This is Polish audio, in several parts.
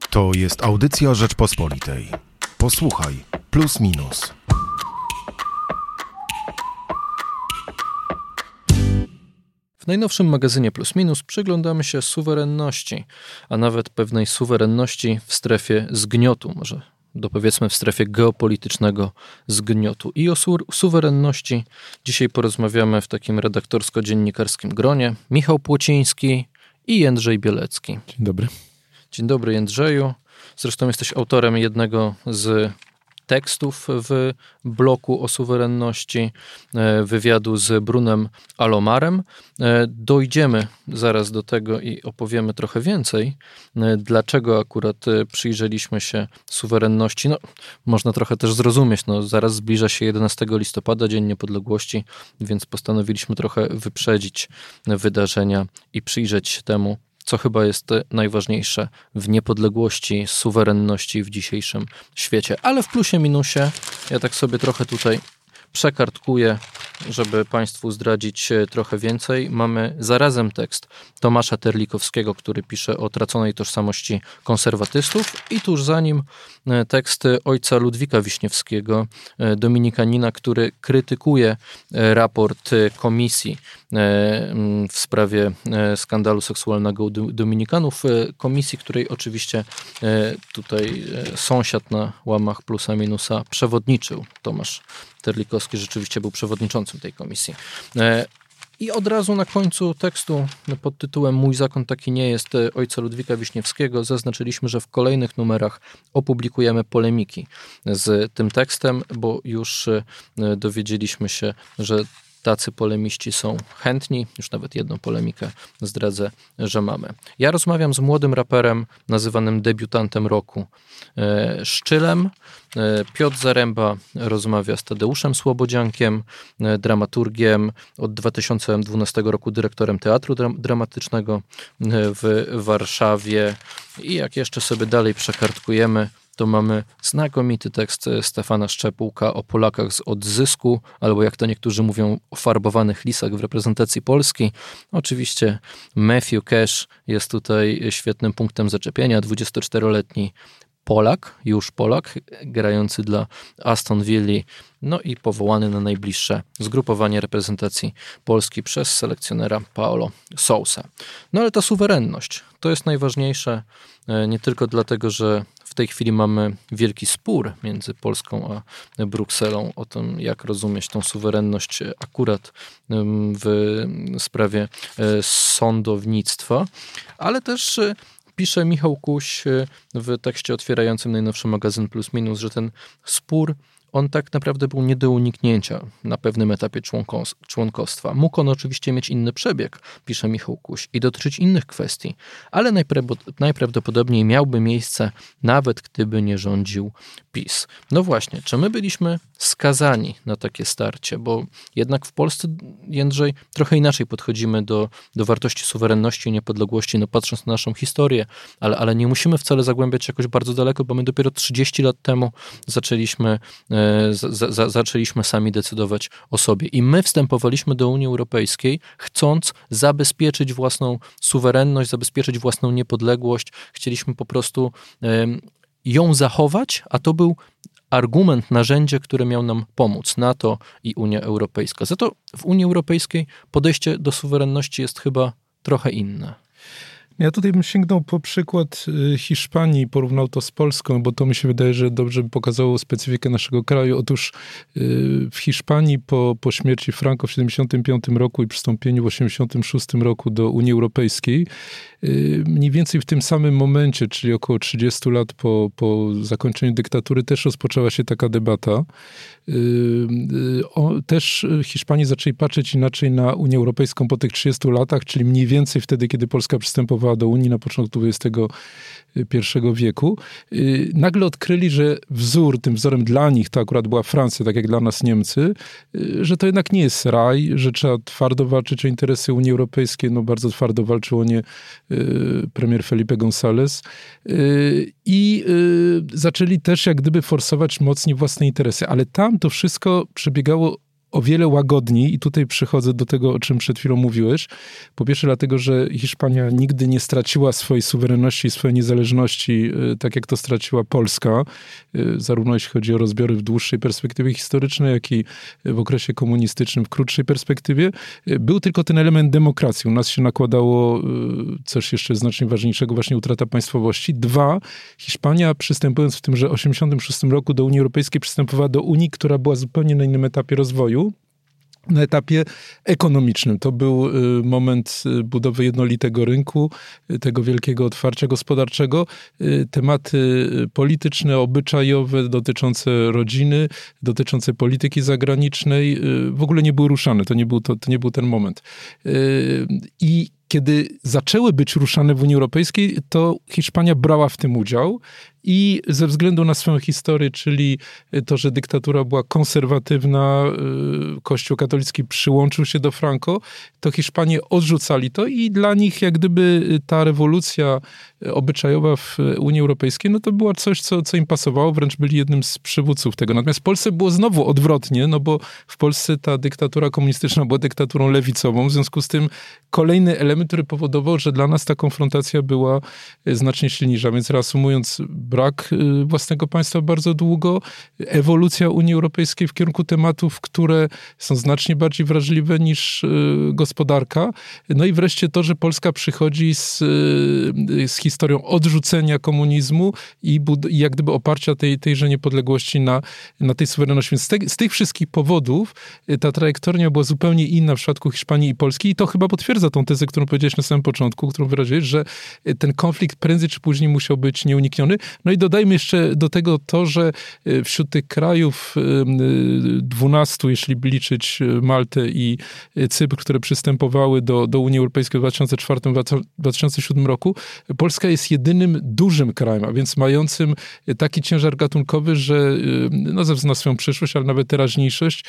To jest audycja Rzeczpospolitej. Posłuchaj, plus minus. W najnowszym magazynie Plus Minus przyglądamy się suwerenności, a nawet pewnej suwerenności w strefie zgniotu, może dopowiedzmy w strefie geopolitycznego zgniotu. I o suwerenności dzisiaj porozmawiamy w takim redaktorsko-dziennikarskim gronie. Michał Płociński i Jędrzej Bielecki. Dzień dobry. Dzień dobry, Jędrzeju. Zresztą jesteś autorem jednego z tekstów w bloku o suwerenności, wywiadu z Brunem Alomarem. Dojdziemy zaraz do tego i opowiemy trochę więcej, dlaczego akurat przyjrzeliśmy się suwerenności. No, można trochę też zrozumieć, zaraz zbliża się 11 listopada, Dzień Niepodległości, więc postanowiliśmy trochę wyprzedzić wydarzenia i przyjrzeć się temu, co chyba jest najważniejsze w niepodległości, suwerenności w dzisiejszym świecie. Ale w plusie, minusie, ja tak sobie trochę tutaj przekartkuję, żeby Państwu zdradzić trochę więcej. Mamy zarazem tekst Tomasza Terlikowskiego, który pisze o traconej tożsamości konserwatystów, i tuż za nim tekst ojca Ludwika Wiśniewskiego, dominikanina, który krytykuje raport komisji w sprawie skandalu seksualnego dominikanów, komisji, której oczywiście tutaj sąsiad na łamach plusa minusa przewodniczył. Tomasz Terlikowski rzeczywiście był przewodniczącym tej komisji. I od razu na końcu tekstu pod tytułem Mój zakon taki nie jest ojca Ludwika Wiśniewskiego zaznaczyliśmy, że w kolejnych numerach opublikujemy polemiki z tym tekstem, bo już dowiedzieliśmy się, że tacy polemiści są chętni. Już nawet jedną polemikę zdradzę, że mamy. Ja rozmawiam z młodym raperem nazywanym debiutantem roku Szczylem. Piotr Zaręba rozmawia z Tadeuszem Słobodziankiem, dramaturgiem, od 2012 roku dyrektorem Teatru Dramatycznego w Warszawie. I jak jeszcze sobie dalej przekartkujemy, to mamy znakomity tekst Stefana Szczepułka o Polakach z odzysku, albo jak to niektórzy mówią, o farbowanych lisach w reprezentacji Polski. Oczywiście Matthew Cash jest tutaj świetnym punktem zaczepienia, 24-letni Polak, grający dla Aston Villa, no i powołany na najbliższe zgrupowanie reprezentacji Polski przez selekcjonera Paulo Sousa. No ale ta suwerenność to jest najważniejsze, nie tylko dlatego, że w tej chwili mamy wielki spór między Polską a Brukselą o tym, jak rozumieć tą suwerenność akurat w sprawie sądownictwa, ale też pisze Michał Kuś w tekście otwierającym najnowszy magazyn Plus Minus, że ten spór, on tak naprawdę był nie do uniknięcia na pewnym etapie członkostwa. Mógł on oczywiście mieć inny przebieg, pisze Michał Kuś, i dotyczyć innych kwestii, ale najprawdopodobniej miałby miejsce nawet gdyby nie rządził PiS. No właśnie, czy my byliśmy skazani na takie starcie? Bo jednak w Polsce, Jędrzej, trochę inaczej podchodzimy do wartości suwerenności i niepodległości, patrząc na naszą historię, ale nie musimy wcale zagłębiać się jakoś bardzo daleko, bo my dopiero 30 lat temu zaczęliśmy sami decydować o sobie. I my wstępowaliśmy do Unii Europejskiej, chcąc zabezpieczyć własną suwerenność, zabezpieczyć własną niepodległość. Chcieliśmy po prostu ją zachować, a to był argument, narzędzie, które miał nam pomóc. NATO i Unia Europejska. Za to w Unii Europejskiej podejście do suwerenności jest chyba trochę inne. Ja tutaj bym sięgnął po przykład Hiszpanii, porównał to z Polską, bo to mi się wydaje, że dobrze by pokazało specyfikę naszego kraju. Otóż w Hiszpanii po śmierci Franco w 1975 roku i przystąpieniu w 1986 roku do Unii Europejskiej, mniej więcej w tym samym momencie, czyli około 30 lat po zakończeniu dyktatury, też rozpoczęła się taka debata. Też Hiszpanie zaczęli patrzeć inaczej na Unię Europejską po tych 30 latach, czyli mniej więcej wtedy, kiedy Polska przystępowała do Unii na początku XXI wieku. Nagle odkryli, że tym wzorem dla nich to akurat była Francja, tak jak dla nas Niemcy, że to jednak nie jest raj, że trzeba twardo walczyć o interesy Unii Europejskiej. Bardzo twardo walczył o nie premier Felipe González. I zaczęli też jak gdyby forsować mocniej własne interesy. Ale tam to wszystko przebiegało o wiele łagodniej i tutaj przychodzę do tego, o czym przed chwilą mówiłeś. Po pierwsze dlatego, że Hiszpania nigdy nie straciła swojej suwerenności i swojej niezależności, tak jak to straciła Polska, zarówno jeśli chodzi o rozbiory w dłuższej perspektywie historycznej, jak i w okresie komunistycznym w krótszej perspektywie. Był tylko ten element demokracji. U nas się nakładało coś jeszcze znacznie ważniejszego, właśnie utrata państwowości. 2, Hiszpania przystępując w tymże 1986 roku do Unii Europejskiej przystępowała do Unii, która była zupełnie na innym etapie rozwoju. Na etapie ekonomicznym. To był moment budowy jednolitego rynku, tego wielkiego otwarcia gospodarczego. Tematy polityczne, obyczajowe, dotyczące rodziny, dotyczące polityki zagranicznej w ogóle nie były ruszane. To nie był ten moment. I kiedy zaczęły być ruszane w Unii Europejskiej, to Hiszpania brała w tym udział i ze względu na swoją historię, czyli to, że dyktatura była konserwatywna, Kościół katolicki przyłączył się do Franco, to Hiszpanie odrzucali to i dla nich jak gdyby ta rewolucja obyczajowa w Unii Europejskiej, no to była coś, co im pasowało, wręcz byli jednym z przywódców tego. Natomiast w Polsce było znowu odwrotnie, no bo w Polsce ta dyktatura komunistyczna była dyktaturą lewicową, w związku z tym kolejny element, który powodował, że dla nas ta konfrontacja była znacznie silniejsza. Więc reasumując, brak własnego państwa bardzo długo, ewolucja Unii Europejskiej w kierunku tematów, które są znacznie bardziej wrażliwe niż gospodarka. No i wreszcie to, że Polska przychodzi z historią odrzucenia komunizmu i jak gdyby oparcia tejże niepodległości na tej suwerenności. Więc z tych wszystkich powodów ta trajektoria była zupełnie inna w przypadku Hiszpanii i Polski i to chyba potwierdza tą tezę, którą powiedziałeś na samym początku, którą wyraziłeś, że ten konflikt prędzej czy później musiał być nieunikniony. No i dodajmy jeszcze do tego to, że wśród tych krajów 12, jeśli liczyć Maltę i Cypr, które przystępowały do Unii Europejskiej w 2004-2007 roku, Polska jest jedynym dużym krajem, a więc mającym taki ciężar gatunkowy, że no ze względu na swoją przyszłość, ale nawet teraźniejszość,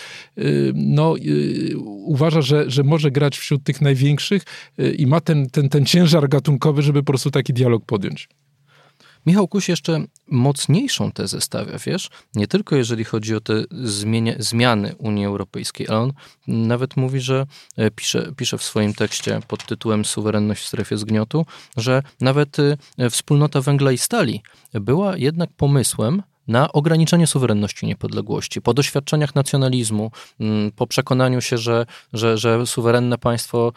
uważa, że może grać wśród tych największych i ma ten ciężar gatunkowy, żeby po prostu taki dialog podjąć. Michał Kuś jeszcze mocniejszą tezę stawia, wiesz? Nie tylko jeżeli chodzi o te zmiany Unii Europejskiej, ale on nawet mówi, że pisze w swoim tekście pod tytułem Suwerenność w strefie zgniotu, że nawet wspólnota węgla i stali była jednak pomysłem na ograniczenie suwerenności i niepodległości. Po doświadczeniach nacjonalizmu, po przekonaniu się, że suwerenne państwo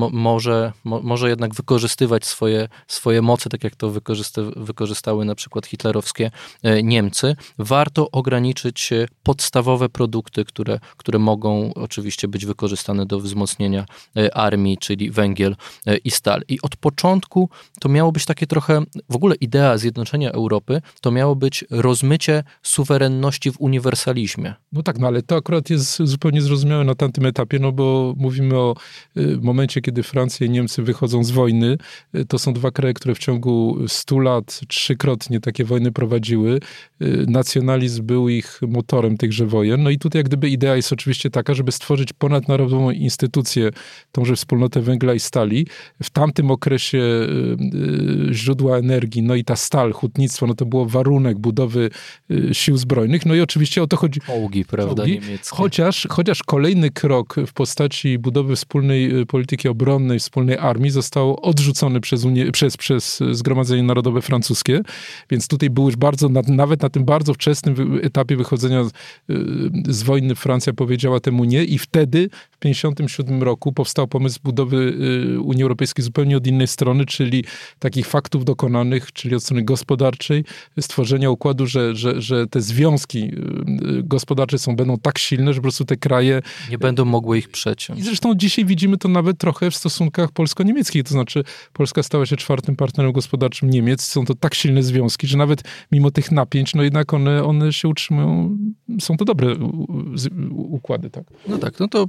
może jednak wykorzystywać swoje moce, tak jak to wykorzystały na przykład hitlerowskie Niemcy, warto ograniczyć podstawowe produkty, które mogą oczywiście być wykorzystane do wzmocnienia armii, czyli węgiel i stal. I od początku to miało być takie trochę, w ogóle idea zjednoczenia Europy, to miało być rozmycie suwerenności w uniwersalizmie. No tak, ale to akurat jest zupełnie zrozumiałe na tamtym etapie, no bo mówimy o momencie, kiedy Francja i Niemcy wychodzą z wojny. To są dwa kraje, które w ciągu 100 lat 3-krotnie takie wojny prowadziły. Nacjonalizm był ich motorem tychże wojen. No i tutaj jak gdyby idea jest oczywiście taka, żeby stworzyć ponadnarodową instytucję, tąże wspólnotę węgla i stali. W tamtym okresie źródła energii, no i ta stal, hutnictwo, no to było warunek budowy sił zbrojnych. No i oczywiście o to chodzi. Czołgi, prawda, niemieckie. Chociaż kolejny krok w postaci budowy wspólnej polityki obronnej, wspólnej armii został odrzucony przez Zgromadzenie Narodowe Francuskie, więc tutaj był już nawet na tym bardzo wczesnym etapie wychodzenia z wojny Francja powiedziała temu nie i wtedy w 1957 roku powstał pomysł budowy Unii Europejskiej zupełnie od innej strony, czyli takich faktów dokonanych, czyli od strony gospodarczej, stworzenia układu, że te związki gospodarcze będą tak silne, że po prostu te kraje nie będą mogły ich przeciąć. I zresztą dzisiaj widzimy to nawet trochę w stosunkach polsko-niemieckich, to znaczy Polska stała się 4. partnerem gospodarczym Niemiec, są to tak silne związki, że nawet mimo tych napięć, no jednak one się utrzymują, są to dobre układy, tak. No tak, no to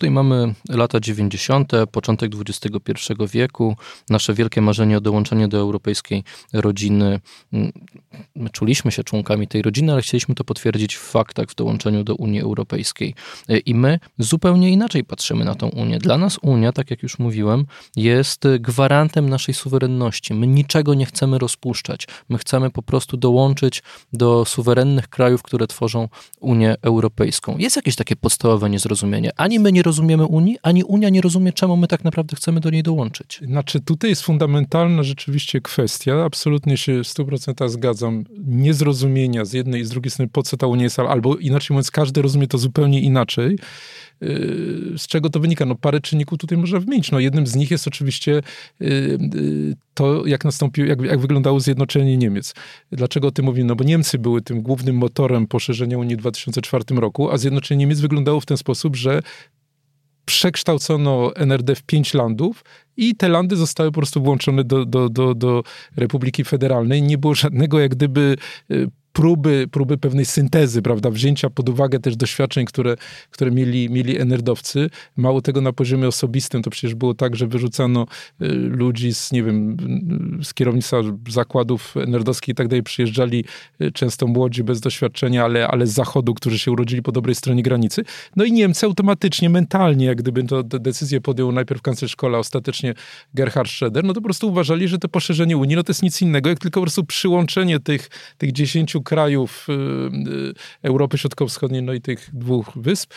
tutaj mamy lata 90., początek XXI wieku, nasze wielkie marzenie o dołączeniu do europejskiej rodziny. My czuliśmy się członkami tej rodziny, ale chcieliśmy to potwierdzić w faktach, w dołączeniu do Unii Europejskiej. I my zupełnie inaczej patrzymy na tą Unię. Dla nas Unia, tak jak już mówiłem, jest gwarantem naszej suwerenności. My niczego nie chcemy rozpuszczać. My chcemy po prostu dołączyć do suwerennych krajów, które tworzą Unię Europejską. Jest jakieś takie podstawowe niezrozumienie. Ani my nie rozumiemy Unii, ani Unia nie rozumie, czemu my tak naprawdę chcemy do niej dołączyć. Znaczy tutaj jest fundamentalna rzeczywiście kwestia, absolutnie się w 100% zgadzam, niezrozumienia z jednej i z drugiej strony, po co ta Unia jest, albo inaczej mówiąc, każdy rozumie to zupełnie inaczej. Z czego to wynika? No parę czynników tutaj można wymienić. No jednym z nich jest oczywiście to, jak nastąpiło, jak wyglądało zjednoczenie Niemiec. Dlaczego o tym mówimy? No bo Niemcy były tym głównym motorem poszerzenia Unii w 2004 roku, a zjednoczenie Niemiec wyglądało w ten sposób, że przekształcono NRD w 5 landów i te landy zostały po prostu włączone do Republiki Federalnej. Nie było żadnego jak gdyby próby pewnej syntezy, prawda, wzięcia pod uwagę też doświadczeń, które mieli NRD-owcy. Mało tego, na poziomie osobistym to przecież było tak, że wyrzucano ludzi z kierownictwa zakładów NRD-owskich i tak dalej, przyjeżdżali często młodzi, bez doświadczenia, ale z zachodu, którzy się urodzili po dobrej stronie granicy. No i Niemcy automatycznie, mentalnie, jak gdyby to decyzję podjął najpierw kanclerz Kohl, a ostatecznie Gerhard Schröder, no to po prostu uważali, że to poszerzenie Unii, no to jest nic innego, jak tylko po prostu przyłączenie tych 10 krajów Europy Środkowo-Wschodniej, no i tych 2 wysp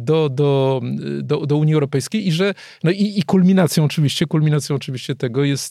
do Unii Europejskiej i że, no i kulminacją oczywiście tego jest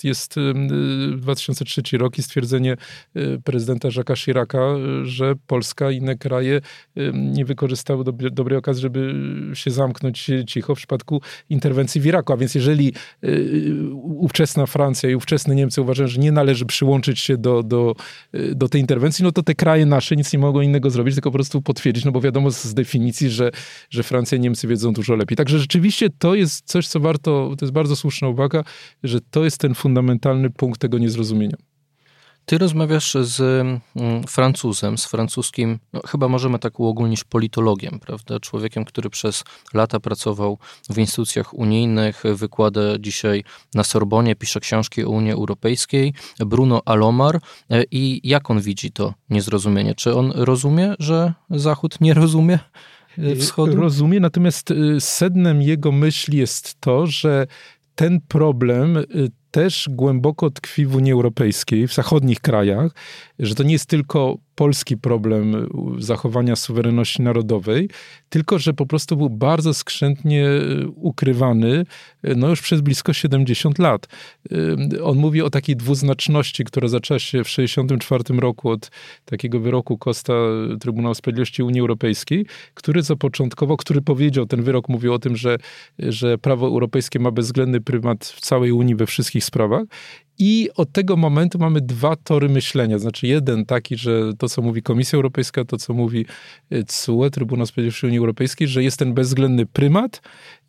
2003 rok i stwierdzenie prezydenta Jacques'a Chiraca, że Polska i inne kraje nie wykorzystały dobrej okazji, żeby się zamknąć cicho w przypadku interwencji w Iraku. A więc jeżeli ówczesna Francja i ówczesne Niemcy uważają, że nie należy przyłączyć się do tej interwencji, no to te kraje nasze nic nie mogą innego zrobić, tylko po prostu potwierdzić, no bo wiadomo z definicji, że Francja i Niemcy wiedzą dużo lepiej. Także rzeczywiście to jest coś, co warto, to jest bardzo słuszna uwaga, że to jest ten fundamentalny punkt tego niezrozumienia. Ty rozmawiasz z Francuzem, z francuskim, no chyba możemy tak uogólnić, politologiem, prawda? Człowiekiem, który przez lata pracował w instytucjach unijnych, wykłada dzisiaj na Sorbonie, pisze książki o Unii Europejskiej, Bruno Alomar. I jak on widzi to niezrozumienie? Czy on rozumie, że Zachód nie rozumie Wschodu? Rozumie, natomiast sednem jego myśli jest to, że ten problem też głęboko tkwi w Unii Europejskiej, w zachodnich krajach, że to nie jest tylko polski problem zachowania suwerenności narodowej, tylko że po prostu był bardzo skrzętnie ukrywany no już przez blisko 70 lat. On mówi o takiej dwuznaczności, która zaczęła się w 1964 roku od takiego wyroku Costa Trybunału Sprawiedliwości Unii Europejskiej, który powiedział, ten wyrok mówił o tym, że prawo europejskie ma bezwzględny prymat w całej Unii we wszystkich sprawach. I od tego momentu mamy 2 tory myślenia. Znaczy jeden taki, że to, co mówi Komisja Europejska, to, co mówi TSUE, Trybunał Sprawiedliwości Unii Europejskiej, że jest ten bezwzględny prymat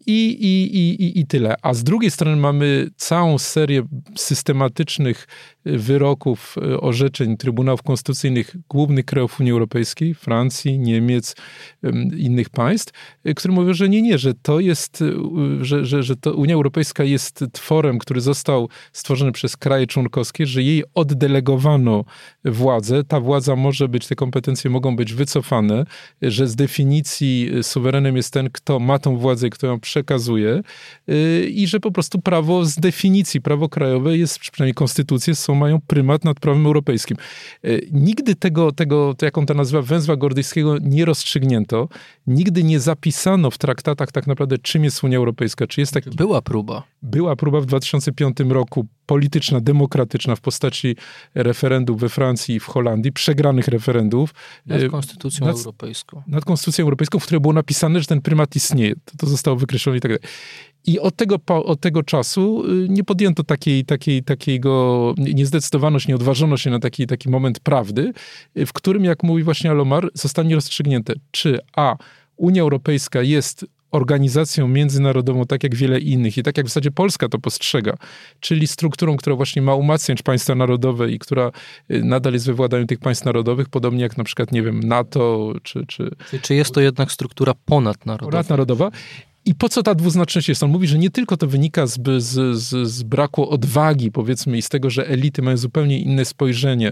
i tyle. A z drugiej strony mamy całą serię systematycznych wyroków, orzeczeń Trybunałów Konstytucyjnych głównych krajów Unii Europejskiej, Francji, Niemiec, innych państw, które mówią, że nie, że to jest, że to Unia Europejska jest tworem, który został stworzony przez kraje członkowskie, że jej oddelegowano władzę. Ta władza może być, te kompetencje mogą być wycofane, że z definicji suwerenem jest ten, kto ma tą władzę i kto ją przekazuje i że po prostu prawo z definicji, prawo krajowe jest, przynajmniej konstytucje mają prymat nad prawem europejskim. Nigdy tego, jak on to nazywa, węzła gordyjskiego nie rozstrzygnięto. Nigdy nie zapisano w traktatach tak naprawdę, czym jest Unia Europejska. Czy jest taki... Była próba. Była próba w 2005 roku, polityczna, demokratyczna, w postaci referendów we Francji i w Holandii, przegranych referendów. Nad Konstytucją Europejską. Nad Konstytucją Europejską, w której było napisane, że ten prymat istnieje. To zostało wykreślone i tak dalej. I od tego czasu nie podjęto takiego, nie zdecydowano się, nie odważono się na taki moment prawdy, w którym, jak mówi właśnie Alomar, zostanie rozstrzygnięte, czy Unia Europejska jest organizacją międzynarodową, tak jak wiele innych i tak jak w zasadzie Polska to postrzega, czyli strukturą, która właśnie ma umacniać państwa narodowe i która nadal jest we władaniu tych państw narodowych, podobnie jak na przykład, nie wiem, NATO, czy jest to jednak struktura ponadnarodowa? Ponadnarodowa. I po co ta dwuznaczność jest? On mówi, że nie tylko to wynika z braku odwagi, powiedzmy, i z tego, że elity mają zupełnie inne spojrzenie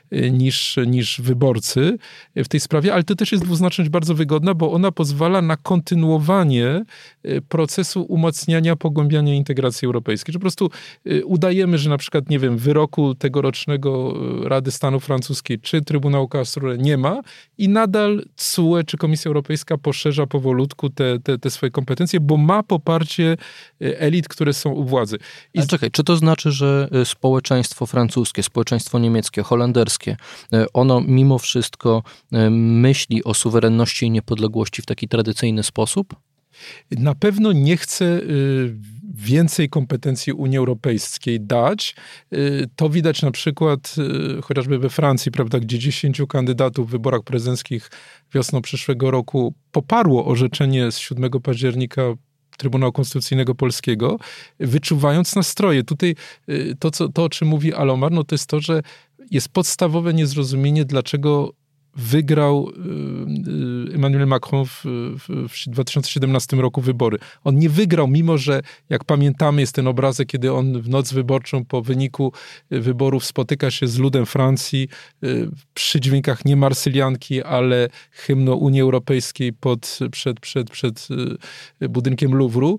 niż wyborcy w tej sprawie, ale to też jest dwuznaczność bardzo wygodna, bo ona pozwala na kontynuowanie procesu umacniania, pogłębiania integracji europejskiej. Że po prostu udajemy, że na przykład, nie wiem, wyroku tegorocznego Rady Stanu francuskiej czy Trybunału Karlsruhe nie ma i nadal TSUE czy Komisja Europejska poszerza powolutku te swoje kompetencje, bo ma poparcie elit, które są u władzy. Ale czekaj, czy to znaczy, że społeczeństwo francuskie, społeczeństwo niemieckie, holenderskie, ono mimo wszystko myśli o suwerenności i niepodległości w taki tradycyjny sposób? Na pewno nie chce więcej kompetencji Unii Europejskiej dać. To widać na przykład chociażby we Francji, prawda, gdzie 10 kandydatów w wyborach prezydenckich wiosną przyszłego roku poparło orzeczenie z 7 października Trybunału Konstytucyjnego Polskiego, wyczuwając nastroje. Tutaj to o czym mówi Alomar, no to jest to, że jest podstawowe niezrozumienie, dlaczego wygrał Emmanuel Macron w 2017 roku wybory. On nie wygrał, mimo że, jak pamiętamy, jest ten obrazek, kiedy on w noc wyborczą po wyniku wyborów spotyka się z ludem Francji przy dźwiękach nie marsylianki, ale hymnu Unii Europejskiej przed budynkiem Louvru.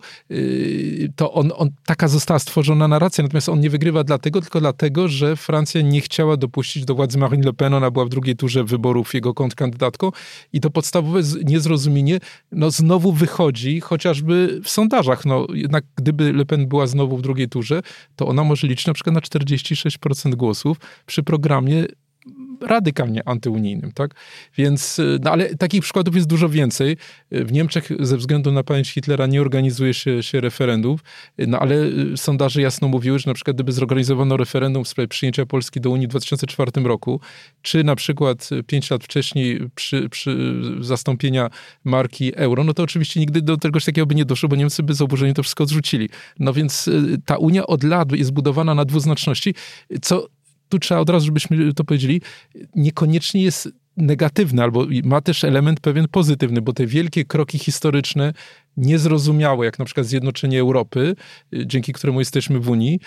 To taka została stworzona narracja, natomiast on nie wygrywa tylko dlatego, że Francja nie chciała dopuścić do władzy Marine Le Pen. Ona była w drugiej turze wyborów jego kontrkandydatką i to podstawowe niezrozumienie znowu wychodzi, chociażby w sondażach. Jednak gdyby Le Pen była znowu w drugiej turze, to ona może liczyć na przykład na 46% głosów przy programie radykalnie antyunijnym, tak? Więc, ale takich przykładów jest dużo więcej. W Niemczech ze względu na pamięć Hitlera nie organizuje się referendów, ale sondaże jasno mówiły, że na przykład gdyby zorganizowano referendum w sprawie przyjęcia Polski do Unii w 2004 roku, czy na przykład 5 lat wcześniej przy zastąpienia marki euro, no to oczywiście nigdy do czegoś takiego by nie doszło, bo Niemcy by z oburzeniem to wszystko odrzucili. No więc ta Unia od lat jest budowana na dwuznaczności, co tu trzeba od razu, żebyśmy to powiedzieli, niekoniecznie jest negatywne, albo ma też element pewien pozytywny, bo te wielkie kroki historyczne, niezrozumiałe, jak na przykład zjednoczenie Europy, dzięki któremu jesteśmy w Unii,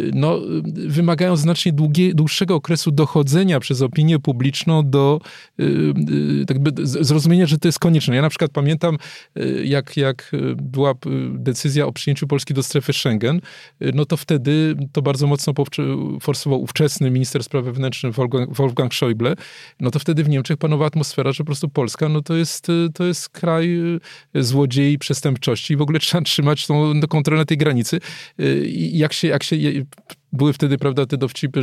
wymagają znacznie dłuższego okresu dochodzenia przez opinię publiczną do zrozumienia, że to jest konieczne. Ja na przykład pamiętam, jak była decyzja o przyjęciu Polski do strefy Schengen, no to wtedy to bardzo mocno forsował ówczesny minister spraw wewnętrznych Wolfgang Schäuble, no to wtedy w Niemczech panowała atmosfera, że po prostu Polska, no to jest kraj złodziei, przestępczości i w ogóle trzeba trzymać tą kontrolę na tej granicy. I jak się były wtedy, prawda, te dowcipy,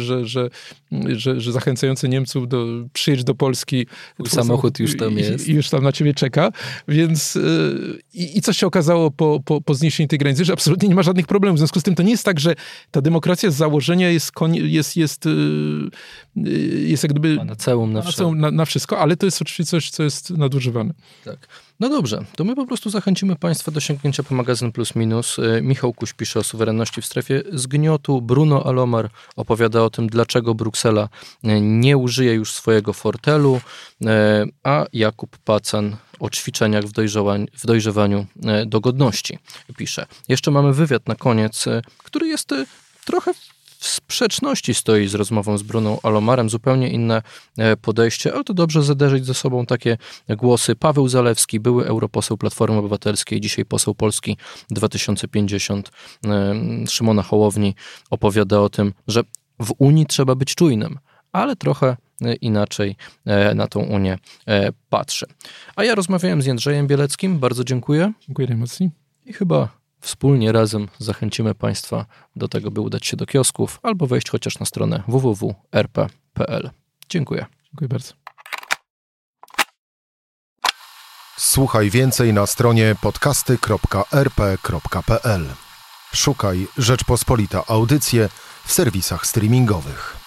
że zachęcające Niemców przyjedź do Polski. Samochód już tam jest. I już tam na ciebie czeka. Więc i co się okazało po zniesieniu tej granicy, że absolutnie nie ma żadnych problemów. W związku z tym to nie jest tak, że ta demokracja z założenia jest jak gdyby na wszystko, ale to jest oczywiście coś, co jest nadużywane. Tak. No dobrze, to my po prostu zachęcimy Państwa do sięgnięcia po magazyn Plus Minus. Michał Kuś pisze o suwerenności w strefie zgniotu. Bruno Alomar opowiada o tym, dlaczego Bruksela nie użyje już swojego fortelu, a Jakub Pacan o ćwiczeniach w dojrzewaniu do godności pisze. Jeszcze mamy wywiad na koniec, który jest trochę w sprzeczności stoi z rozmową z Bruną Alomarem, zupełnie inne podejście, ale to dobrze zderzyć ze sobą takie głosy. Paweł Zalewski, były europoseł Platformy Obywatelskiej, dzisiaj poseł Polski 2050, Szymona Hołowni, opowiada o tym, że w Unii trzeba być czujnym, ale trochę inaczej na tą Unię patrzy. A ja rozmawiałem z Jędrzejem Bieleckim, bardzo dziękuję. Dziękuję najmocniej. I chyba wspólnie razem zachęcimy Państwa do tego, by udać się do kiosków albo wejść chociaż na stronę www.rp.pl. Dziękuję. Dziękuję bardzo. Słuchaj więcej na stronie podcasty.rp.pl. Szukaj Rzeczpospolita Audycje w serwisach streamingowych.